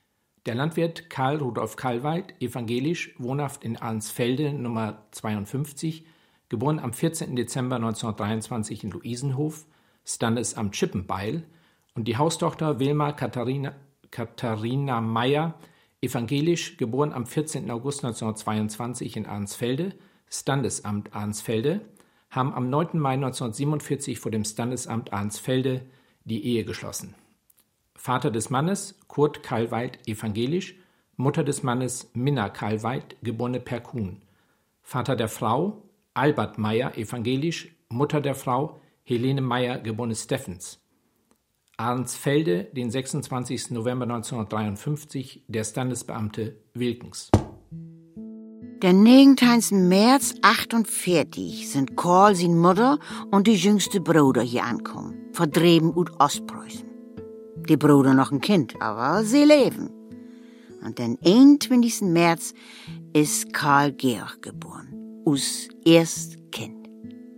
Der Landwirt Karl Rudolf Kallweit, evangelisch, wohnhaft in Arnsfelde, Nummer 52, geboren am 14. Dezember 1923 in Luisenhof, Standesamt Schippenbeil, und die Haustochter Wilma Katharina Meyer, evangelisch, geboren am 14. August 1922 in Arnsfelde, Standesamt Arnsfelde, haben am 9. Mai 1947 vor dem Standesamt Arnsfelde die Ehe geschlossen. Vater des Mannes Kurt Kallweit, evangelisch, Mutter des Mannes Minna Kallweit, geborene Perkun. Vater der Frau Albert Meyer, evangelisch, Mutter der Frau Helene Meyer, geborene Steffens. Arnsfelde, den 26. November 1953, der Standesbeamte Wilkens. Der 19. März 48 sind Karl, sin Mutter und die jüngste Bruder hier ankommen, verdreben ut Ostpreußen. Die Bruder noch ein Kind, aber sie leben. Und den 21. März ist Karl Georg geboren, us erst Kind.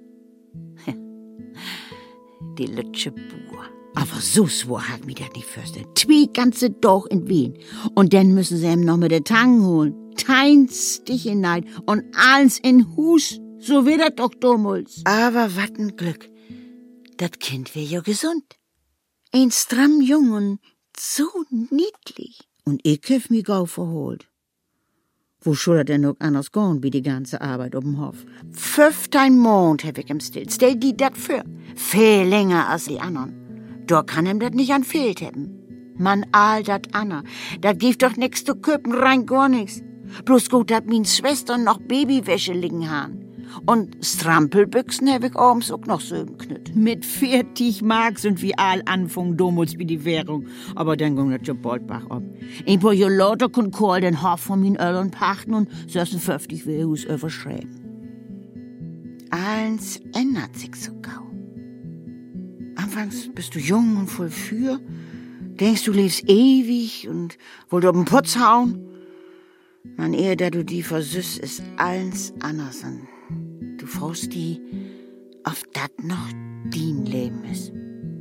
Die lütsche Buhr. Aber so swor hat mich das nicht vorstellen. 2 ganze Doch in Wien. Und dann müssen sie ihm noch mit der Tang holen. Kein Stich hinein und alles in Hus. So wird das doch damals. Aber wat ein Glück. Das Kind wär ja gesund. Ein stramm Jung und so niedlich. Und ich hab mich gau verholt. Wo soll er denn noch anders gehen, wie die ganze Arbeit auf dem Hof? 15 Mond hab ich im Still. Stell die dat für. Viel länger als die anderen. Da kann ihm dat nicht an fehlt haben. Man all dat Anna. Dat gibt doch nix zu köpen, rein gar nix. Bloß gut, dat min Schwestern noch Babywäsche liegen haben. Und Strampelbüchsen hab ich abends auch noch so im Knütt. Mit 40 Mark sind wir all Anfang damals wie die Währung. Aber dann ging das ja bald bach ab. Ein paar Jahre lauter kon Karl den Hof von min Eltern pachten und 56 Wehus überschreiben. Alles ändert sich so gau. Anfangs bist du jung und voll für, denkst du lebst ewig und wollt auf den Putz hauen. Man, ehe da du die versüßt, ist alles anders und du fragst die, ob dat noch dein Leben ist.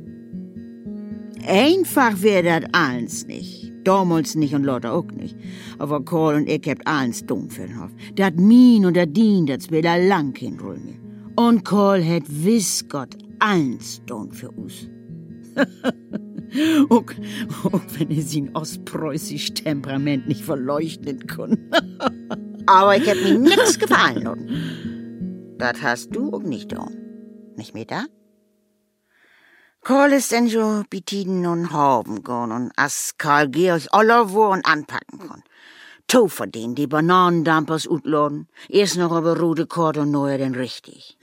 Einfach wär dat alles nicht. Damals nicht und Lotte auch nicht. Aber Karl und ich habt alles dumm für den Hof. Dat min und dat din, dat will da lang kein Roll mehr. Und Karl hat wiss Gott alles dumm für uns. auch wenn er sein ostpreußisch Temperament nicht verleugnen kann. Aber ich hab mir nix gefallen lassen. Das hast du auch nicht da. Nicht mehr da? Karl ist denn so betiden und haben gehen und as Karl Georg aller wo und anpacken kann. To verdienen die Bananendampers utladen. Erst noch aber rote Kord und neuer denn richtig.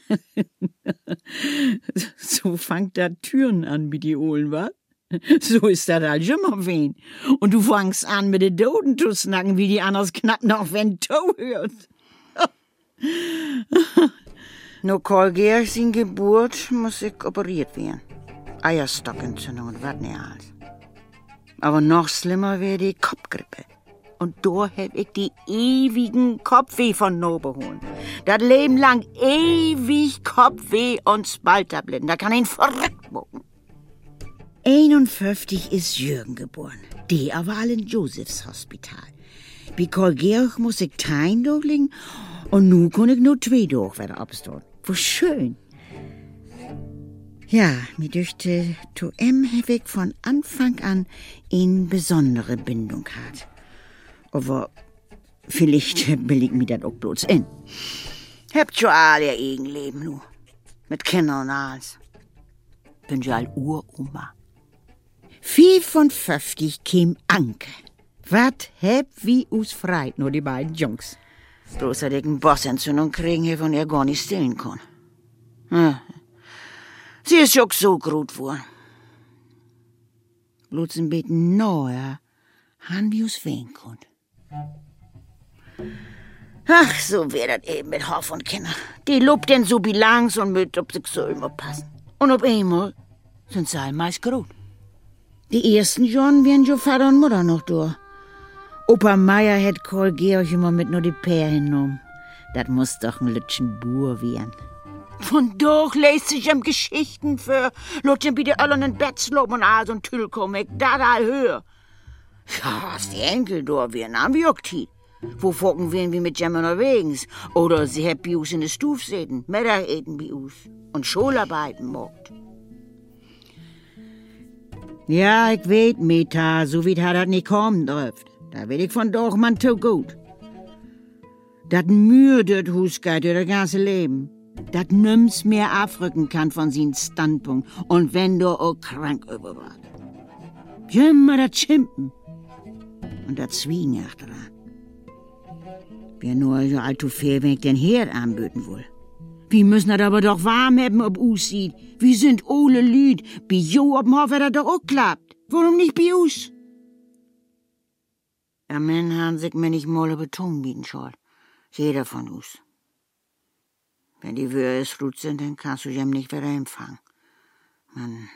So fangt da Türen an mit die Ohlen, wa? So ist das halt immer wen. Und du fangst an mit den Doden zu snacken, wie die anders knapp noch wenn To hört. No Karl Georg sin Geburt muss ich operiert werden. Eierstockentzündung und wat nicht alles. Aber noch schlimmer wäre die Kopfgrippe. Und da hab ich die ewigen Kopfweh von no beholen. Das Leben lang ewig Kopfweh und Spaltabletten. Da kann ihn verrückt machen. 51 ist Jürgen geboren. Die aber all in Josephs Hospital. Bei Karl Georg muss ich tein durchlegen und nu kann ich nur 2 durch, wenn er abstehen. Wo schön. Ja, mir dürfte zu ihm hab ich von Anfang an eine besondere Bindung gehabt. Aber vielleicht will ich mir das auch bloß in. Habt schon alle ihr eigen Leben nu. Mit Kindern und alles. Bin ja all Uroma. 55 käm Anke. Wat heb wie us freit, nur die beiden Jungs. Bloß hat ich eine Bossentzündung kriegen, die von ihr gar nicht stillen kann. Ja. Sie ist auch so gut geworden. Bloß ein bisschen neuer, han wie us wehen konnt. Ach, so wär das eben mit Hof und Kinder. Die lobt denn so bilanz und mit, ob sich so immer passen. Und auf einmal sind sie meist gut. Die ersten Jahren wären jo Vater und Mutter noch da. Opa Meier hätt Karl Georg immer mit nur die Pär hinnommen. Das muss doch ein lütschen Bur werden. Von doch lässt sich Geschichten für Lutschen wie die Öllen in Betzlob und all so ein Tüllkomik, da all höher. Ja, als die Enkel da wären, haben wir auch Tid. Wo focken wären wir mit Jemmen unterwegs? Oder sie hätt bei uns in der Stuf sitzen, Mittag eten bei uns und Schularbeiten mocht. Ja, ich weet, Meta, so weit hat das nicht kommen dürft. Da weet ich von doch man zu gut. Dat Mühe dort Hus geht das ganze Leben. Dat nimm's mehr abrücken kann von seinem Standpunkt. Und wenn du auch krank über warst. Immer dat Schimpen. Und dat Zwiegen achteran. Wär nur so allzu fair, wenn ich den Herd anböten will. Wir müssen das aber doch warm haben, ob us sieht. Wir sind alle Lüd. Bei jo ob'm Hof hat das doch auch klappt. Warum nicht bei us? Am Ende haben sich mir nicht mal Beton bieten soll. Jeder von uns. Wenn die Würs gut sind, dann kannst du jem nicht wieder empfangen. Man.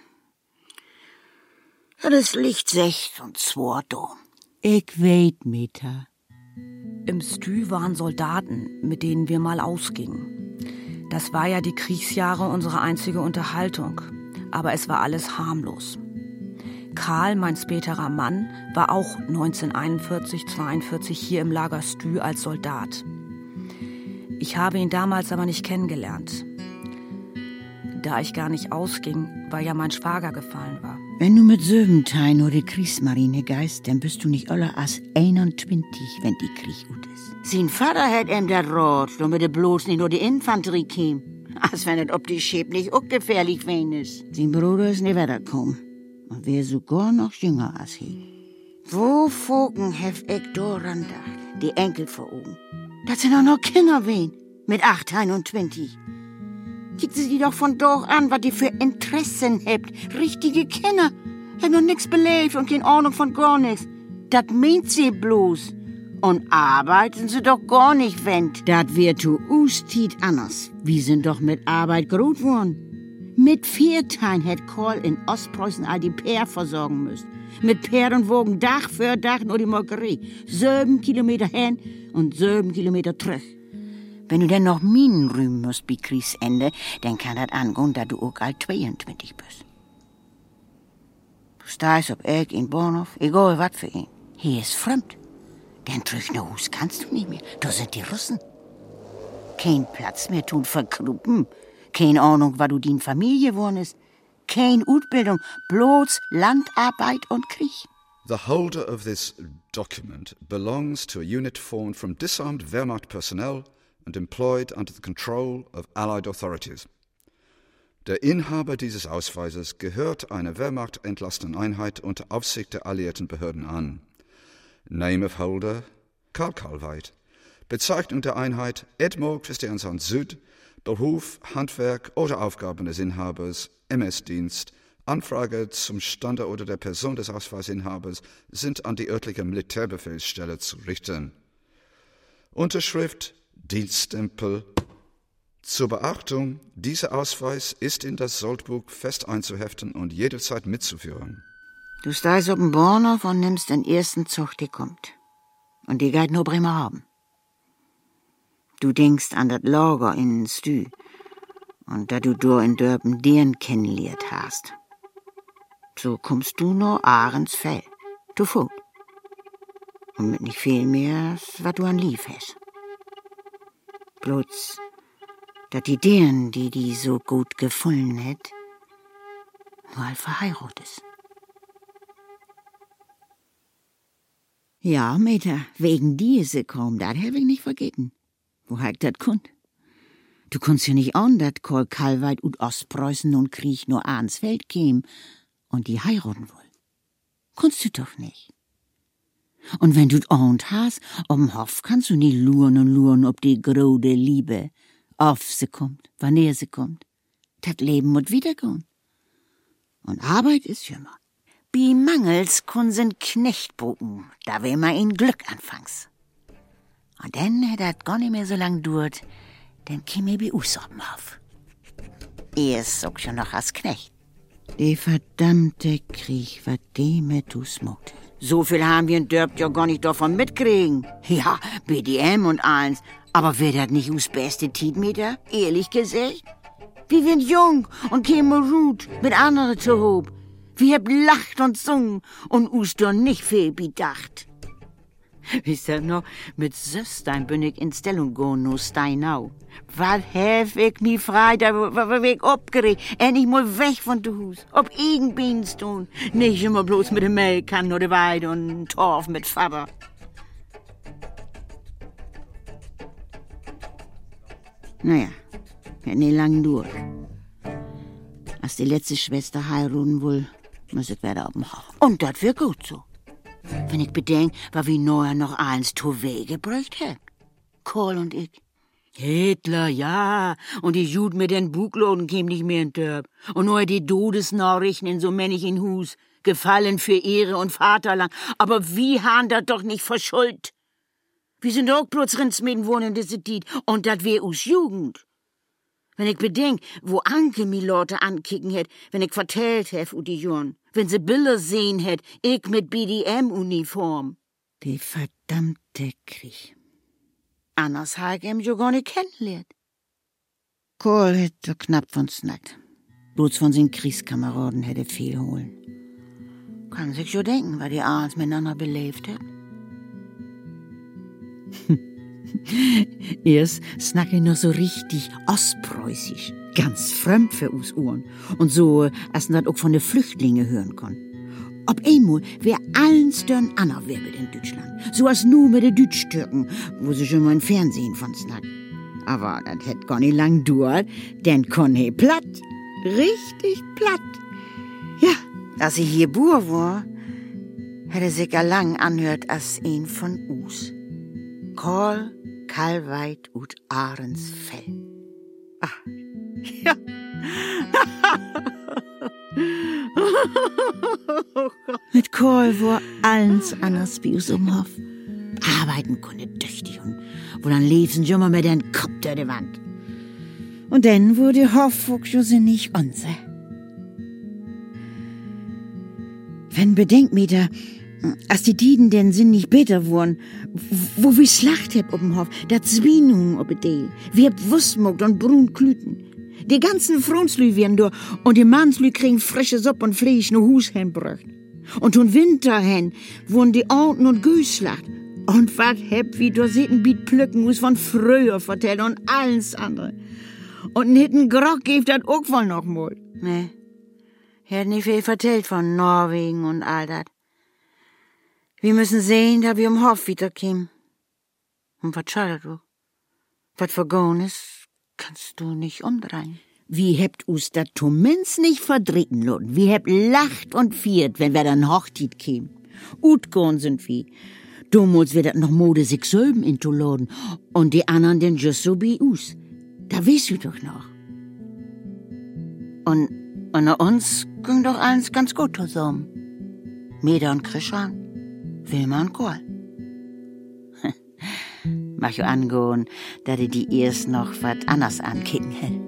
Ja, das Licht 6 und 2 da. Ich weet, Meta. Im Stü waren Soldaten, mit denen wir mal ausgingen. Das war ja die Kriegsjahre unsere einzige Unterhaltung. Aber es war alles harmlos. Karl, mein späterer Mann, war auch 1941, 42 hier im Lager Stü als Soldat. Ich habe ihn damals aber nicht kennengelernt. Da ich gar nicht ausging, weil ja mein Schwager gefallen war. Wenn du mit Söventein oder Kriegsmarine geist, dann bist du nicht aller als 21, wenn die Krieg gut ist. Sein Vater hätt ihm dat Rot, damit er bloß nicht nur die Infanterie käm. Als wenn es ob die Schäb nicht auch gefährlich wen ist. Sein Bruder ist nicht weitergekommen. Und wär sogar noch jünger als he. Wo Fogen hef ich daran gedacht, die Enkel vor Augen. Das sind doch noch Kinder wen, mit 21. Kickt sie die doch von doch an, was die für Interessen hebt. Richtige Kinder. Hab noch nix belebt und keine Ahnung von gar nix. Dat meint sie bloß. Und arbeiten sie doch gar nicht, wennd. Dat wird zu Ustit anders. Wir sind doch mit Arbeit groß worden. Mit 4 Tagen hätt Karl in Ostpreußen all die Pär versorgen müssen. Mit Pär und Wogen Dach für Dach nur die Molkerei. 7 Kilometer hin und 7 Kilometer zurück. Wenn du denn noch Minen rühmen musst bei Kriegsende, dann kann das angehen, dass du auch all 22 bist. Du stehst ob ich in Bahnhof, egal was für ihn. Hier ist fremd. Denn durch ne Hus kannst du nicht mehr. Da sind die Russen. Kein Platz mehr tun verkruppen. Keine Ahnung, was du din Familie geworden ist. Keine Ausbildung, bloß Landarbeit und Krieg. The holder of this document belongs to a unit formed from disarmed Wehrmacht personnel and employed under the control of Allied authorities. Der Inhaber dieses Ausweises gehört einer Wehrmacht entlassenen Einheit unter Aufsicht der alliierten Behörden an. Name of Holder: Karl Kalweit. Bezeichnung der Einheit: Edmore Christiansand Süd. Beruf, Handwerk oder Aufgaben des Inhabers, MS-Dienst. Anfrage zum Stande oder der Person des Ausweisinhabers sind an die örtliche Militärbefehlsstelle zu richten. Unterschrift: Dienststempel. Zur Beachtung: Dieser Ausweis ist in das Soldbuch fest einzuheften und jederzeit mitzuführen. Du stehst auf dem Bahnhof und nimmst den ersten Zug, der kommt. Und die geht nur Bremerhaven. Du denkst an das Lager in Stü und da du da in Dörpen den kennenlernt hast. So kommst du nur Ahrensfeld, du Fuß. Und mit nicht viel mehr, was du an lief hast. Bloß, dass die deren, die so gut gefunden hätt, nur all verheiratet ist. Ja, Meter, wegen diese kaum, das hab ich nicht vergessen. Wo hat das kund? Du kannst ja nicht an, dass Karl Kalweit und Ostpreußen und Krieg nur Arnsfeld käm und die heiraten wollen. Kannst du doch nicht. Und wenn du ahnt hast, am Hof kannst du nicht luren, ob die grode Liebe auf sie kommt, wann sie kommt. Das Leben muss wiedergehen. Und Arbeit ist schimmer. Bi Mangels kunsen Knechtboten, da wär ma in Glück anfangs. Und dann hätt dat gar nicht mehr so lang dauert, dann käm ich bei uns auf den Hof. Erst auch schon noch als Knecht. Die verdammte Krieg, was die mit uns macht. So viel haben wir in Dörp ja gar nicht davon mitkriegen. Ja, BDM und eins. Aber wär das nicht uns beste Tietmeter, ehrlich gesagt? Wir sind jung und kämen gut mit anderen zu hob. Wir heb lacht und sungen und us doch nicht viel bedacht. Wisst ihr noch, mit Söstein bin ich in Stellung gehen, no Steinau. Was hef ich mi Freitag, war ich abgeregt, endlich mal weg von de Hus. Ob irgendbeins tun, nicht immer bloß mit dem Melkkannen oder Weide und Torf mit Vater. Naja, hat nicht lang durch. Als die letzte Schwester heiraten will, muss ich wieder auf dem Hof. Und das wär gut so. Wenn ich bedenk, was wir neuer noch eins zu Wege gebracht hätt. Kohl und ich. Hitler, ja. Und die Juden mit den Bugloden kämen nicht mehr in Dörp. Und nur die Todesnachrichten in so männlichen Hus. Gefallen für Ehre und Vaterland. Aber wie han dat doch nicht verschuld? Wir sind auch bloß Rindsmäden wohnen in diese Tiet. Und dat wär us Jugend. Wenn ich bedenk, wo Anke mi Leute ankicken hätt, wenn ich vertellt hef u die Jungen. Wenn sie Bilder sehen hätt, ich mit BDM-Uniform. Die verdammte Krieg. Anders hab ich jo gar nicht kennenlernt. Kohl hätte knapp von Snack. Bloß von seinen Kriegskameraden hätte viel holen. Kann sich jo denken, was die abends miteinander belebt hat. Erst snack ich noch so richtig ostpreußisch, ganz fremd für us Ohren. Und so, als man das auch von den Flüchtlingen hören kann. Ob einmal wär allen Stern anerwerbet in Deutschland. So als nur mit den Deutsch-Türken, wo sie schon mal im Fernsehen von snack. Aber das hätt gar nicht lang dauert, denn kon he platt. Richtig platt. Ja, als ich hier Bur war, hätte sich ja lang anhört als ein von us. Kohl, Kalweit und Ahrensfell. Ach, ja. Mit Kohl war alles anders wie us um Hof. Arbeiten konnte tüchtig und wo dann lief's schon mal mit den Kopf durch die Wand. Und dann wurde Hof auch schon nicht unser. Wenn bedenkt mir da, als die Tiden denn sind nicht besser wurden, wo wir Schlacht heb ob'm Hof, da Zwienung ob Deel, wir hab Wurstmogt und Brunklüten. Die ganzen Frunslü werden da und die Mannslü kriegen frische Suppe und Fleisch no Hus hinbracht. Und schon Winter hin wurden die Orten und Güßschlacht. Und wat heb wie da seht ein Biet Plücken us von früher vertellen und alles andere. Und nitten Grock gibt dat auch wohl noch mal. Nee, hätt nicht viel vertellt von Norwegen und all dat. Wir müssen sehen, dass wir im Hof wiederkämen. Und was schadet du? Was vergoren ist, kannst du nicht umdrehen. Wie hebt us dat Tumens nicht verdritten lassen. Wie hebt lacht und viert, wenn wir dann Hochtit kämen. Utgorn sind wir. Damals wird dat noch Mode, sich selben intoladen. Und die anderen denn just so wie us. Da weißt du doch noch. Und unter uns ging doch alles ganz gut zusammen. Meda und Christian. Wilma und Kohl. Mach jo angehen, da die erst noch wat anders ankicken hätt.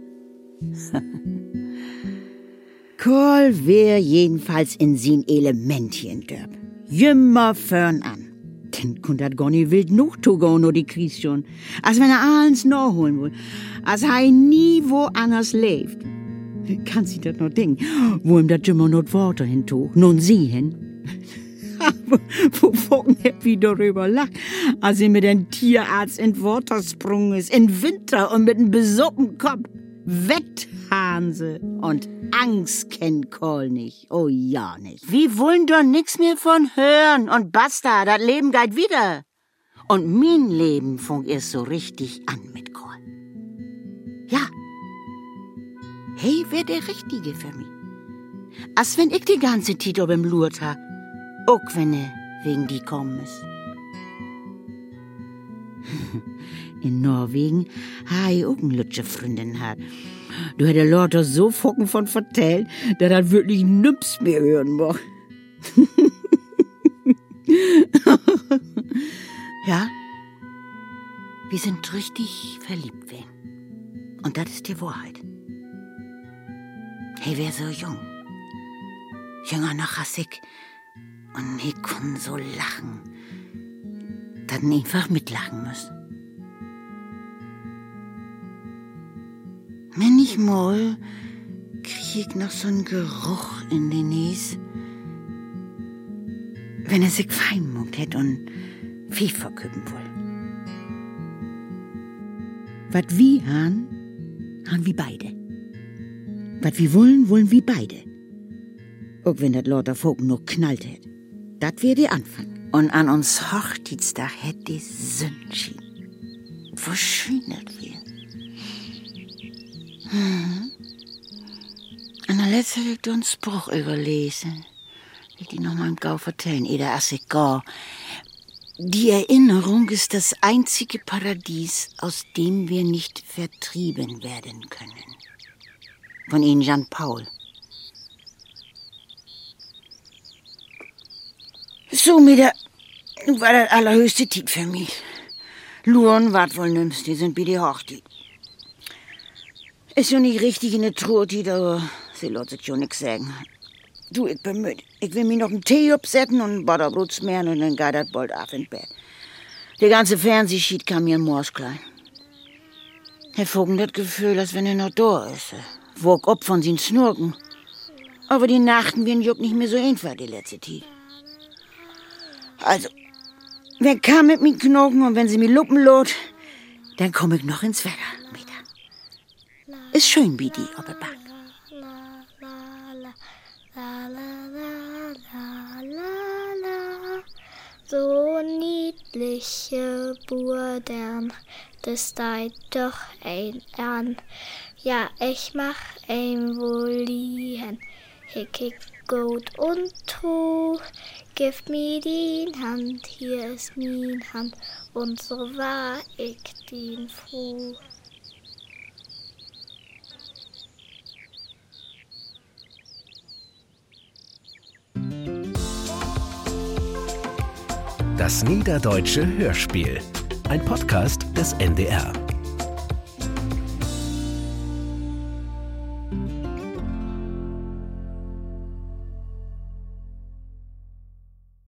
Kohl wär jedenfalls in sin Elementchen dörp. Jümmer fern an. Denn kun dat gar nicht wild noch togo no die Kries schon. Als wenn alles nachholen will. Als hei nie wo anders lebt. Kann sie dat noch denken, wo ihm dat Jümmer not Worte hintog, nun sie hin. Wo Focken hab wie darüber lacht, als sie mit dem Tierarzt in Water sprung ist, in Winter und mit einem besoppen Kopf. Wetthanse und Angst kennt Kohl nicht. Oh ja nicht. Wir wollen doch nix mehr von hören und basta, das Leben geht wieder. Und mein Leben fängt erst so richtig an mit Kohl. Ja. Hey, wär der Richtige für mich. Als wenn ich die ganze Zeit ob im Lurt ha. Auch wenn er wegen die kommen ist. In Norwegen ha ich auch eine lütsche Freundin hat. Du hätte Leute so Focken von vertellt, dass er wirklich nüps mehr hören mag. Ja, wir sind richtig verliebt werden. Und das ist die Wahrheit. Hey, wär so jung. Jünger noch als ich. Und ich kann so lachen, dass ich einfach mitlachen muss. Wenn ich mal krieg ich noch so'n Geruch in den Nies. Wenn er sich fein hätt und Vieh verküppen woll. Wat wie han wie beide. Wat wie wollen wie beide. Auch wenn dat lauter Volk nur knallt hätt. Dat wär die Anfang. Und an uns Hochzeitstag hätt die Sündchen. Wo schön dat wär. Und der letzte hab ich dir einen Spruch überlesen. Ich die noch mal im Gau vertellen, Eda Assegar. Die Erinnerung ist das einzige Paradies, aus dem wir nicht vertrieben werden können. Von Ihnen, Jean Paul. So, Mida, war das allerhöchste Tiet für mich. Luren wart wohl nimmst, die sind wie die Hochzeit. Ist ja nicht richtig in der Truhe, aber sie lässt sich schon nix sagen. Du, ich bin müde. Ich will mir noch einen Tee absetzen und ein Butterbrot smehren und dann geht das bald ab ins Bett. Der ganze Fernsehschied kam mir morsklein. Herr Vogel das Gefühl, als wenn er noch da ist. Wog ob von seinen Snurken. Aber die Nachten werden Juck nicht mehr so einfach, die letzte Zeit. Also, wer kam mit mir Knochen und wenn sie mir Luppen lot, dann komm ich noch ins Wetter. Ist schön wie die auf der Bank. So niedliche Burdern, das deit doch ein an. Ja, ich mach ein wohl liehen. Hier kickt gut und tu. Gib mir die Hand, hier ist min Hand. Und so war ich den froh. Das Niederdeutsche Hörspiel. Ein Podcast des NDR.